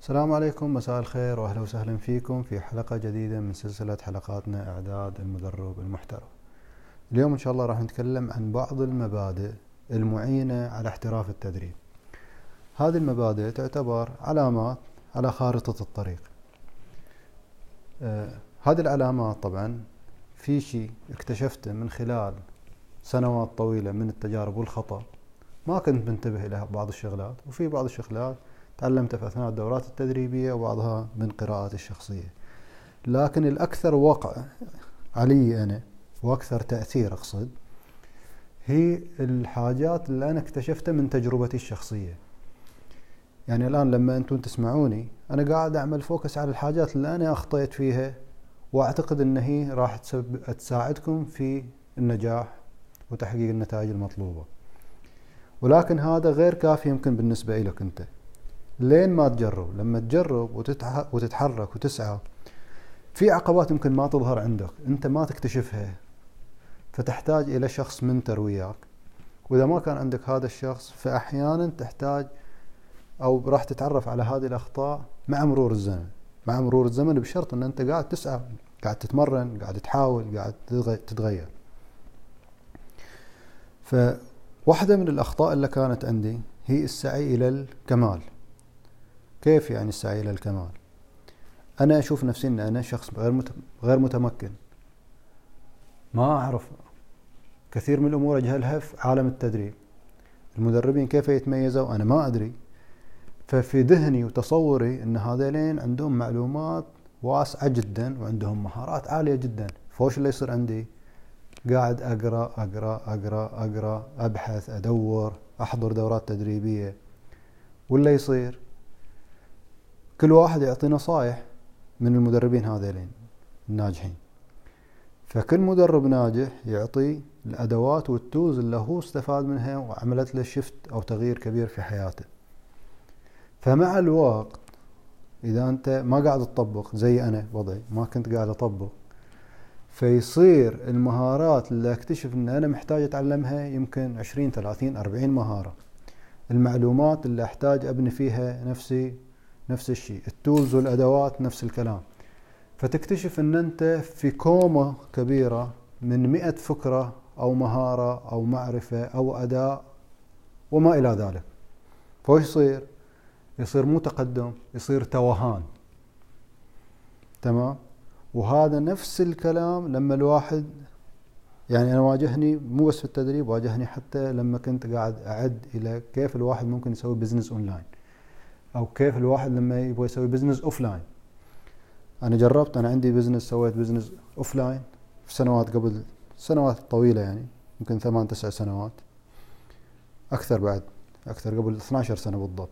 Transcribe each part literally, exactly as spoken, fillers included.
السلام عليكم، مساء الخير واهلا وسهلا فيكم في حلقة جديدة من سلسلة حلقاتنا اعداد المدرب المحترف. اليوم ان شاء الله راح نتكلم عن بعض المبادئ المعينة على احتراف التدريب. هذه المبادئ تعتبر علامات على خارطة الطريق. آه هذه العلامات طبعا في شيء اكتشفته من خلال سنوات طويلة من التجارب والخطأ، ما كنت منتبه إلى بعض الشغلات، وفي بعض الشغلات تعلمتها في أثناء الدورات التدريبية وبعضها من قراءات الشخصية. لكن الأكثر وقع علي أنا وأكثر تأثير أقصد هي الحاجات اللي أنا اكتشفتها من تجربتي الشخصية. يعني الآن لما أنتم تسمعوني أنا قاعد أعمل فوكس على الحاجات اللي أنا أخطيت فيها، وأعتقد أن هي راح تساعدكم في النجاح وتحقيق النتائج المطلوبة. ولكن هذا غير كافي يمكن بالنسبة لك أنت. لين ما تجرب، لما تجرب وتتحرك وتسعى، في عقبات يمكن ما تظهر عندك، أنت ما تكتشفها، فتحتاج إلى شخص منتر وياك. وإذا ما كان عندك هذا الشخص فأحيانا تحتاج أو راح تتعرف على هذه الأخطاء مع مرور الزمن مع مرور الزمن بشرط أن أنت قاعد تسعى، قاعد تتمرن، قاعد تحاول، قاعد تتغير. فواحدة من الأخطاء اللي كانت عندي هي السعي إلى الكمال. كيف يعني السعي إلى الكمال؟ أنا أشوف نفسي أن أنا شخص غير غير متمكن، ما أعرف كثير من الأمور أجهلها في عالم التدريب. المدربين كيف يتميزوا أنا ما أدري. ففي ذهني وتصوري أن هذين عندهم معلومات واسعة جدا وعندهم مهارات عالية جدا. فوش اللي يصير عندي؟ قاعد أقرأ أقرأ أقرأ أقرأ أبحث أدور أحضر دورات تدريبية، ولا يصير كل واحد يعطي نصائح من المدربين هذين الناجحين. فكل مدرب ناجح يعطي الأدوات والتوز اللي هو استفاد منها وعملت له شفت أو تغيير كبير في حياته. فمع الوقت إذا أنت ما قاعد تطبق زي أنا وضعي، ما كنت قاعد أطبق، فيصير المهارات اللي أكتشف أن أنا محتاج أتعلمها يمكن عشرين ثلاثين أربعين مهارة. المعلومات اللي أحتاج أبني فيها نفسي نفس الشيء، التولز والأدوات نفس الكلام. فتكتشف أن أنت في كومة كبيرة من مئة فكرة أو مهارة أو معرفة أو أداء وما إلى ذلك. فوش يصير؟ يصير مو تقدم، يصير توهان. تمام؟ وهذا نفس الكلام لما الواحد، يعني أنا واجهني مو بس في التدريب، واجهني حتى لما كنت قاعد أعد إلى كيف الواحد ممكن يسوي بزنس أونلاين، أو كيف الواحد لما يبغى يسوي بزنس أوفلاين. أنا جربت، أنا عندي بزنس، سويت بزنس أوفلاين في سنوات قبل، سنوات طويلة يعني يمكن ثمان تسع سنوات، أكثر بعد، أكثر قبل اثنتي عشرة سنة بالضبط.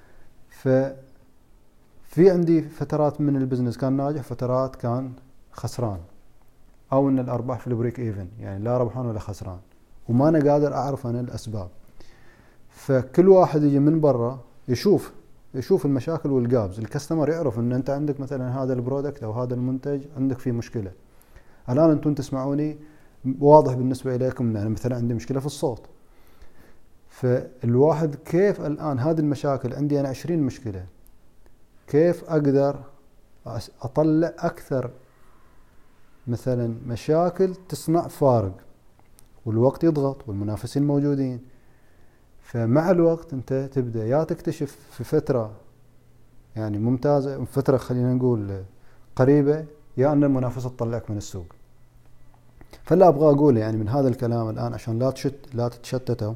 ففي عندي فترات من البزنس كان ناجح، فترات كان خسران، أو أن الأرباح في البريك إيفن، يعني لا ربحان ولا خسران، وما أنا قادر أعرف أنا الأسباب. فكل واحد يجي من برا يشوف يشوف المشاكل والجابز. الكاستمر يعرف ان انت عندك مثلا هذا البرودكت او هذا المنتج عندك فيه مشكلة. الان انتم تسمعوني واضح بالنسبة اليكم ان انا مثلا عندي مشكلة في الصوت. فالواحد كيف الان هذه المشاكل عندي انا عشرين مشكلة، كيف اقدر اطلع اكثر مثلا مشاكل تصنع فارق، والوقت يضغط والمنافسين موجودين. فمع الوقت انت تبدأ يا تكتشف في فترة يعني ممتازة، فترة خلينا نقول قريبة، يا أن المنافسة تطلعك من السوق. فلا أبغى أقول يعني من هذا الكلام الآن عشان لا تشت لا تتشتتوا،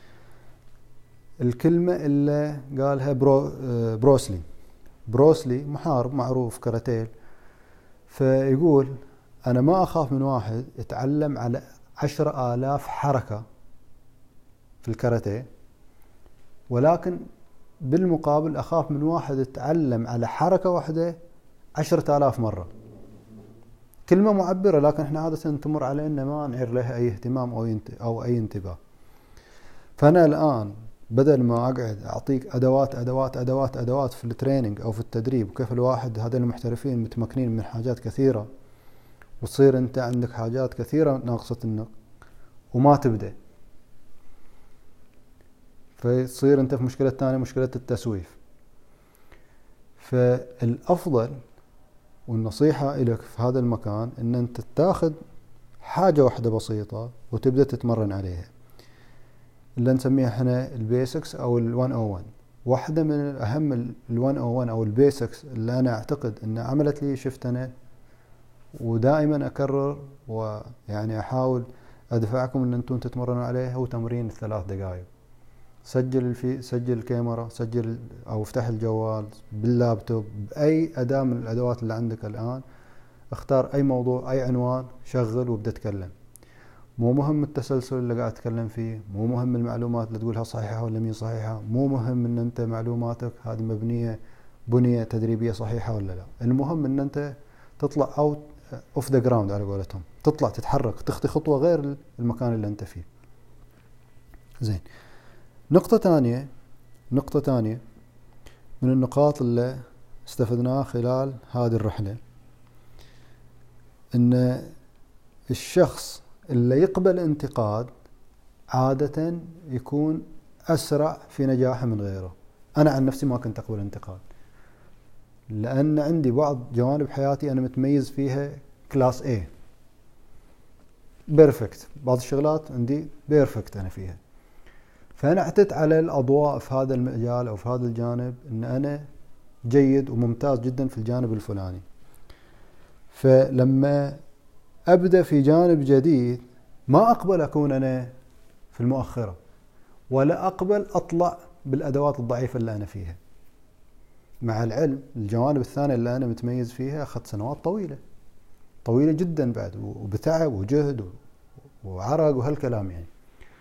الكلمة اللي قالها برو بروسلي بروسلي محارب معروف كاراتيه. فيقول أنا ما أخاف من واحد يتعلم على عشرة آلاف حركة في الكاراتيه، ولكن بالمقابل أخاف من واحد يتعلم على حركة واحدة عشرة آلاف مرة. كلمة معبرة، لكن احنا عادة تمر علينا ما نعير لها أي اهتمام أو أو أي انتباه. فأنا الآن بدل ما أقعد أعطيك أدوات أدوات أدوات أدوات في التريننج أو في التدريب، وكيف الواحد هذين المحترفين متمكنين من حاجات كثيرة، وتصير أنت عندك حاجات كثيرة ناقصة النق وما تبدأ، فيصير أنت في مشكلة ثانية، مشكلة التسويف. فالأفضل والنصيحة لك في هذا المكان ان انت تاخذ حاجة واحدة بسيطة وتبدأ تتمرن عليها، اللي نسميها احنا البيسكس او ال مية وواحد. واحدة من اهم ال مية وواحد او البيسكس اللي انا اعتقد ان عملت لي شفت انا ودائما اكرر ويعني احاول ادفعكم ان انتم تتمرنوا عليه، هو تمرين الثلاث دقائق. سجل الفي سجل الكاميرا، سجل او افتح الجوال باللابتوب باي اداة من الادوات اللي عندك الان، اختار اي موضوع اي عنوان، شغل وابدا اتكلم. مو مهم التسلسل اللي قاعد تتكلم فيه، مو مهم المعلومات اللي تقولها صحيحة ولا مي صحيحة، مو مهم ان انت معلوماتك هذه مبنية بنية تدريبية صحيحة ولا لا. المهم ان انت تطلع اوت اوف ذا جراوند على قولتهم، تطلع تتحرك، تخطي خطوة غير المكان اللي انت فيه. زين. نقطة ثانية نقطة ثانية من النقاط اللي استفدناها خلال هذه الرحلة، ان الشخص اللي يقبل انتقاد عادة يكون أسرع في نجاحه من غيره. أنا عن نفسي ما كنت أقبل انتقاد، لأن عندي بعض جوانب حياتي أنا متميز فيها كلاس A بيرفكت، بعض الشغلات عندي بيرفكت أنا فيها، فأنا اعتدت على الأضواء في هذا المجال أو في هذا الجانب أن أنا جيد وممتاز جدا في الجانب الفلاني. فلما أبدأ في جانب جديد ما أقبل أكون أنا في المؤخرة، ولا أقبل أطلع بالأدوات الضعيفة اللي أنا فيها. مع العلم الجوانب الثانية اللي أنا متميز فيها أخذت سنوات طويلة طويلة جدا بعد، وبتعب وجهد وعرق وهالكلام يعني.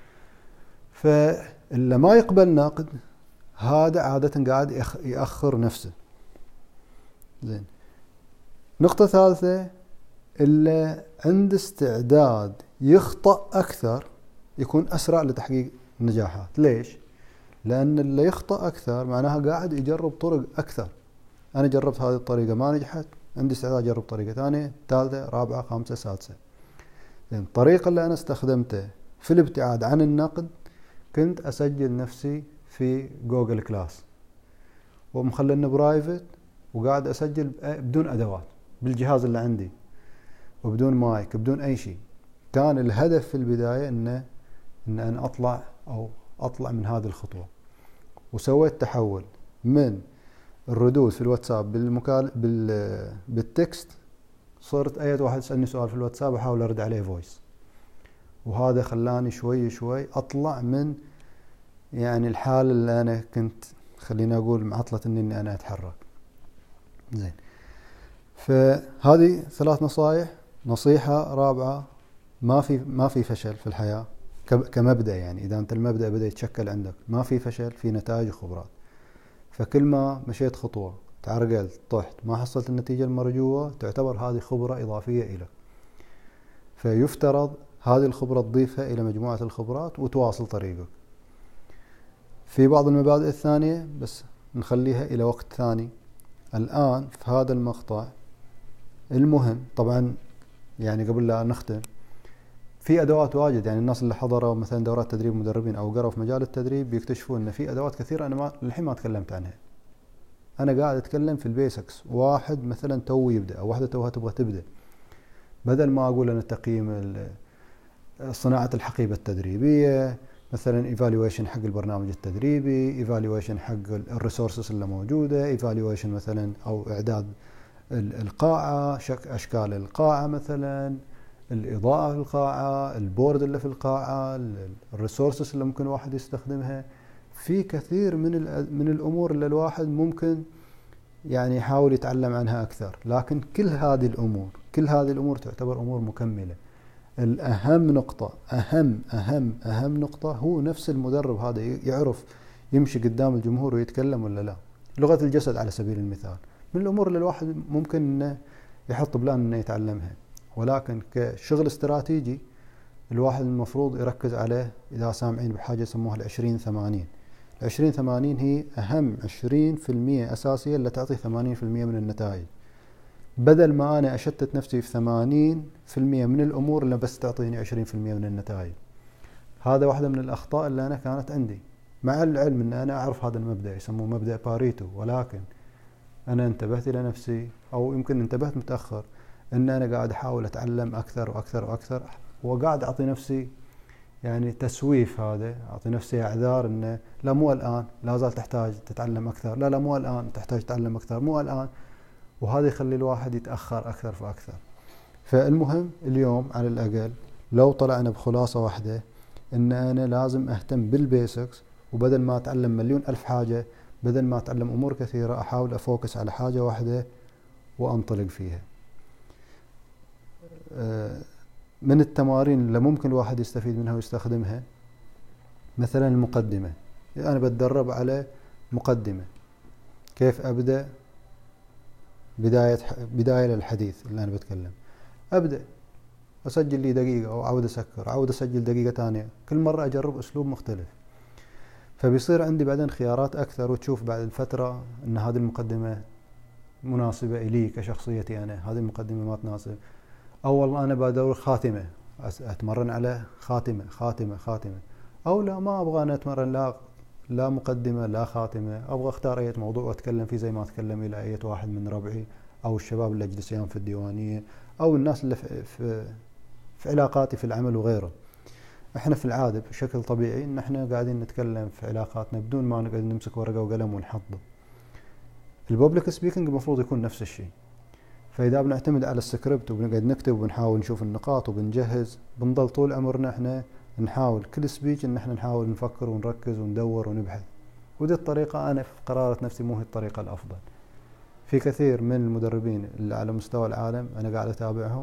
فاللي ما يقبل نقد هذا عادة قاعد يأخر نفسه. زين. نقطة ثالثة، اللي عنده استعداد يخطأ أكثر يكون أسرع لتحقيق النجاحات. ليش؟ لأن اللي يخطأ أكثر معناها قاعد يجرب طرق أكثر. أنا جربت هذه الطريقة ما نجحت، عندي استعداد أجرب طريقة ثانية، ثالثة، رابعة، خامسة، سادسة. لأن الطريقة اللي أنا استخدمتها في الابتعاد عن النقد كنت أسجل نفسي في جوجل كلاس ومخلينا برايفت، وقاعد أسجل بدون أدوات بالجهاز اللي عندي وبدون مايك بدون أي شيء. كان الهدف في البداية إنه إن أنا أطلع أو أطلع من هذه الخطوة، وسويت تحول من الردود في الواتساب بالمكال بال بالتكست، صرت أي واحد يسألني سؤال في الواتساب أحاول أرد عليه فويس، وهذا خلاني شوي شوي أطلع من يعني الحالة اللي أنا كنت خلينا أقول معطلة إني أنا أتحرك. زين. فهذه ثلاث نصائح. نصيحة رابعة، ما في ما في فشل في الحياة كمبدأ، يعني إذا أنت المبدأ بدأ يتشكل عندك ما في فشل، في نتائج وخبرات. فكل ما مشيت خطوة تعرقلت طحت ما حصلت النتيجة المرجوة تعتبر هذه خبرة إضافية إليك، فيفترض هذه الخبرة تضيفها إلى مجموعة الخبرات وتواصل طريقك. في بعض المبادئ الثانية بس نخليها إلى وقت ثاني. الآن في هذا المقطع المهم طبعا يعني قبل لا نختم، في أدوات واجد، يعني الناس اللي حضروا مثلا دورات تدريب مدربين أو قروا في مجال التدريب بيكتشفوا أن في أدوات كثيرة أنا ما للحين ما تكلمت عنها. أنا قاعد أتكلم في البيسكس. واحد مثلا تو يبدأ أو واحدة توها تبغى تبدأ، بدل ما أقول أنا تقييم صناعة الحقيبة التدريبية، مثلا evaluation حق البرنامج التدريبي، evaluation حق الريسورسز اللي موجودة، evaluation مثلا أو إعداد القاعة، شك أشكال القاعة مثلا، الإضاءة في القاعة، البورد اللي في القاعة، الريسورسز اللي ممكن واحد يستخدمها. في كثير من من الأمور اللي الواحد ممكن يعني يحاول يتعلم عنها أكثر، لكن كل هذه الأمور كل هذه الأمور تعتبر أمور مكملة. الأهم نقطة أهم أهم أهم نقطة هو نفس المدرب هذا يعرف يمشي قدام الجمهور ويتكلم ولا لا. لغة الجسد على سبيل المثال من الأمور اللي الواحد ممكن إنه يحط بلان إنه يتعلمها، ولكن كشغل استراتيجي الواحد المفروض يركز عليه. إذا سامعين بحاجة يسموها العشرين ثمانين. العشرين ثمانين هي أهم عشرين في المية أساسية اللي تعطي ثمانين في المية من النتائج، بدل ما أنا أشتت نفسي في ثمانين في المية من الأمور اللي بس تعطيني عشرين في المية من النتائج. هذا واحدة من الأخطاء اللي أنا كانت عندي، مع العلم أن أنا أعرف هذا المبدأ يسموه مبدأ باريتو، ولكن أنا انتبهت إلى نفسي، أو يمكن انتبهت متأخر، أن أنا قاعد أحاول أتعلم أكثر وأكثر وأكثر، وقاعد أعطي نفسي يعني تسويف، هذا أعطي نفسي أعذار أنه لا مو الآن، لا زال تحتاج تتعلم أكثر، لا لا مو الآن تحتاج تتعلم أكثر، مو الآن. وهذا يخلي الواحد يتأخر أكثر فأكثر. فالمهم اليوم على الأقل لو طلعنا بخلاصة واحدة، أن أنا لازم أهتم بالبيسكس، وبدل ما أتعلم مليون ألف حاجة، بدل ما أتعلم أمور كثيرة، أحاول أفوكس على حاجة واحدة وأنطلق فيها. من التمارين اللي ممكن الواحد يستفيد منها ويستخدمها مثلا المقدمة. أنا بتدرب على مقدمة، كيف أبدأ بداية بداية للحديث اللي أنا بتكلم. أبدأ أسجل لي دقيقة، أو أعود أسكر، أعود أسجل دقيقة تانية، كل مرة أجرب أسلوب مختلف، فبيصير عندي بعدين خيارات أكثر. وتشوف بعد الفترة أن هذه المقدمة مناسبة إلي كشخصيتي أنا، هذه المقدمة ما تناسب. أو والله أنا بدور خاتمة، أتمرن على خاتمة خاتمة خاتمة. أو لا، ما أبغى أنا أتمرن لا لا مقدمة لا خاتمة، أبغى أختار أي موضوع وأتكلم فيه زي ما أتكلم إلى أي واحد من ربعي، أو الشباب اللي أجلس وياهم في الديوانية، أو الناس اللي في, في, في علاقاتي في العمل وغيره. إحنا في العادة بشكل طبيعي إن إحنا قاعدين نتكلم في علاقاتنا بدون ما نقعد نمسك ورقة وقلم ونحضر. الببليك سبيكينج المفروض يكون نفس الشيء. فإذا بنعتمد على السكريبت وبنقعد نكتب وبنحاول نشوف النقاط وبنجهز، بنضل طول عمرنا إحنا نحاول كل سبيتش إن إحنا نحاول نفكر ونركز وندور ونبحث. ودي الطريقة أنا في قرارة نفسي مو هي الطريقة الأفضل. في كثير من المدربين اللي على مستوى العالم أنا قاعد أتابعهم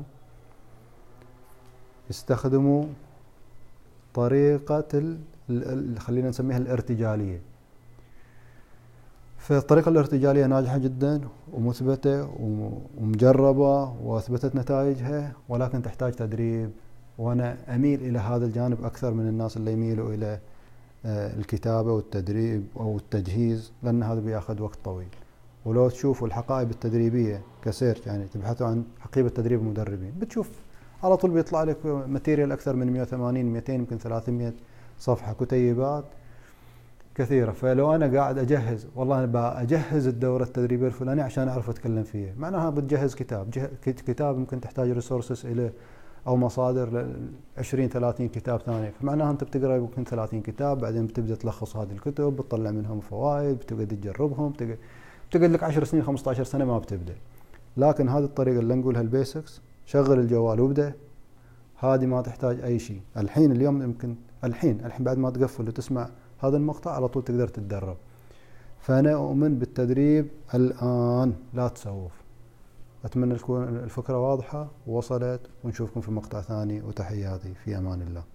يستخدموا طريقة ال خلينا نسميها الارتجالية. فالطريقة الارتجالية ناجحة جدا ومثبتة ومجربة وأثبتت نتائجها، ولكن تحتاج تدريب. وأنا أميل إلى هذا الجانب أكثر من الناس اللي يميلوا إلى الكتابة والتدريب أو التجهيز، لأن هذا بياخذ وقت طويل. ولو تشوفوا الحقائب التدريبية كسيرش، يعني تبحثوا عن حقيبة تدريب المدربين، بتشوف على طول بيطلع لك ماتيريال أكثر من مئة وثمانين مئتين يمكن ثلاثمئة صفحة، كتيبات كثيرة. فلو أنا قاعد أجهز، والله أنا بجهز الدورة التدريبية الفلانية عشان أعرف أتكلم فيها، معناها بتجهز كتاب كتاب ممكن تحتاج ريسورسز إليه أو مصادر عشرين ثلاثين كتاب ثاني، فمعناها أنت بتقرأ يمكن ثلاثين كتاب، بعدين بتبدأ تلخص هذه الكتب، بتطلع منهم فوائد، بتقعد تجربهم، بتقعد لك عشر سنين خمسة عشر سنة ما بتبدأ. لكن هذه الطريقة اللي نقولها البيسكس، شغل الجوال وابدأ، هذه ما تحتاج أي شيء. الحين اليوم يمكن الحين الحين بعد ما تقفل وتسمع هذا المقطع على طول تقدر تتدرب. فأنا أؤمن بالتدريب الآن، لا تسوف. أتمنى تكون الفكرة واضحة ووصلت، ونشوفكم في مقطع ثاني، وتحياتي في أمان الله.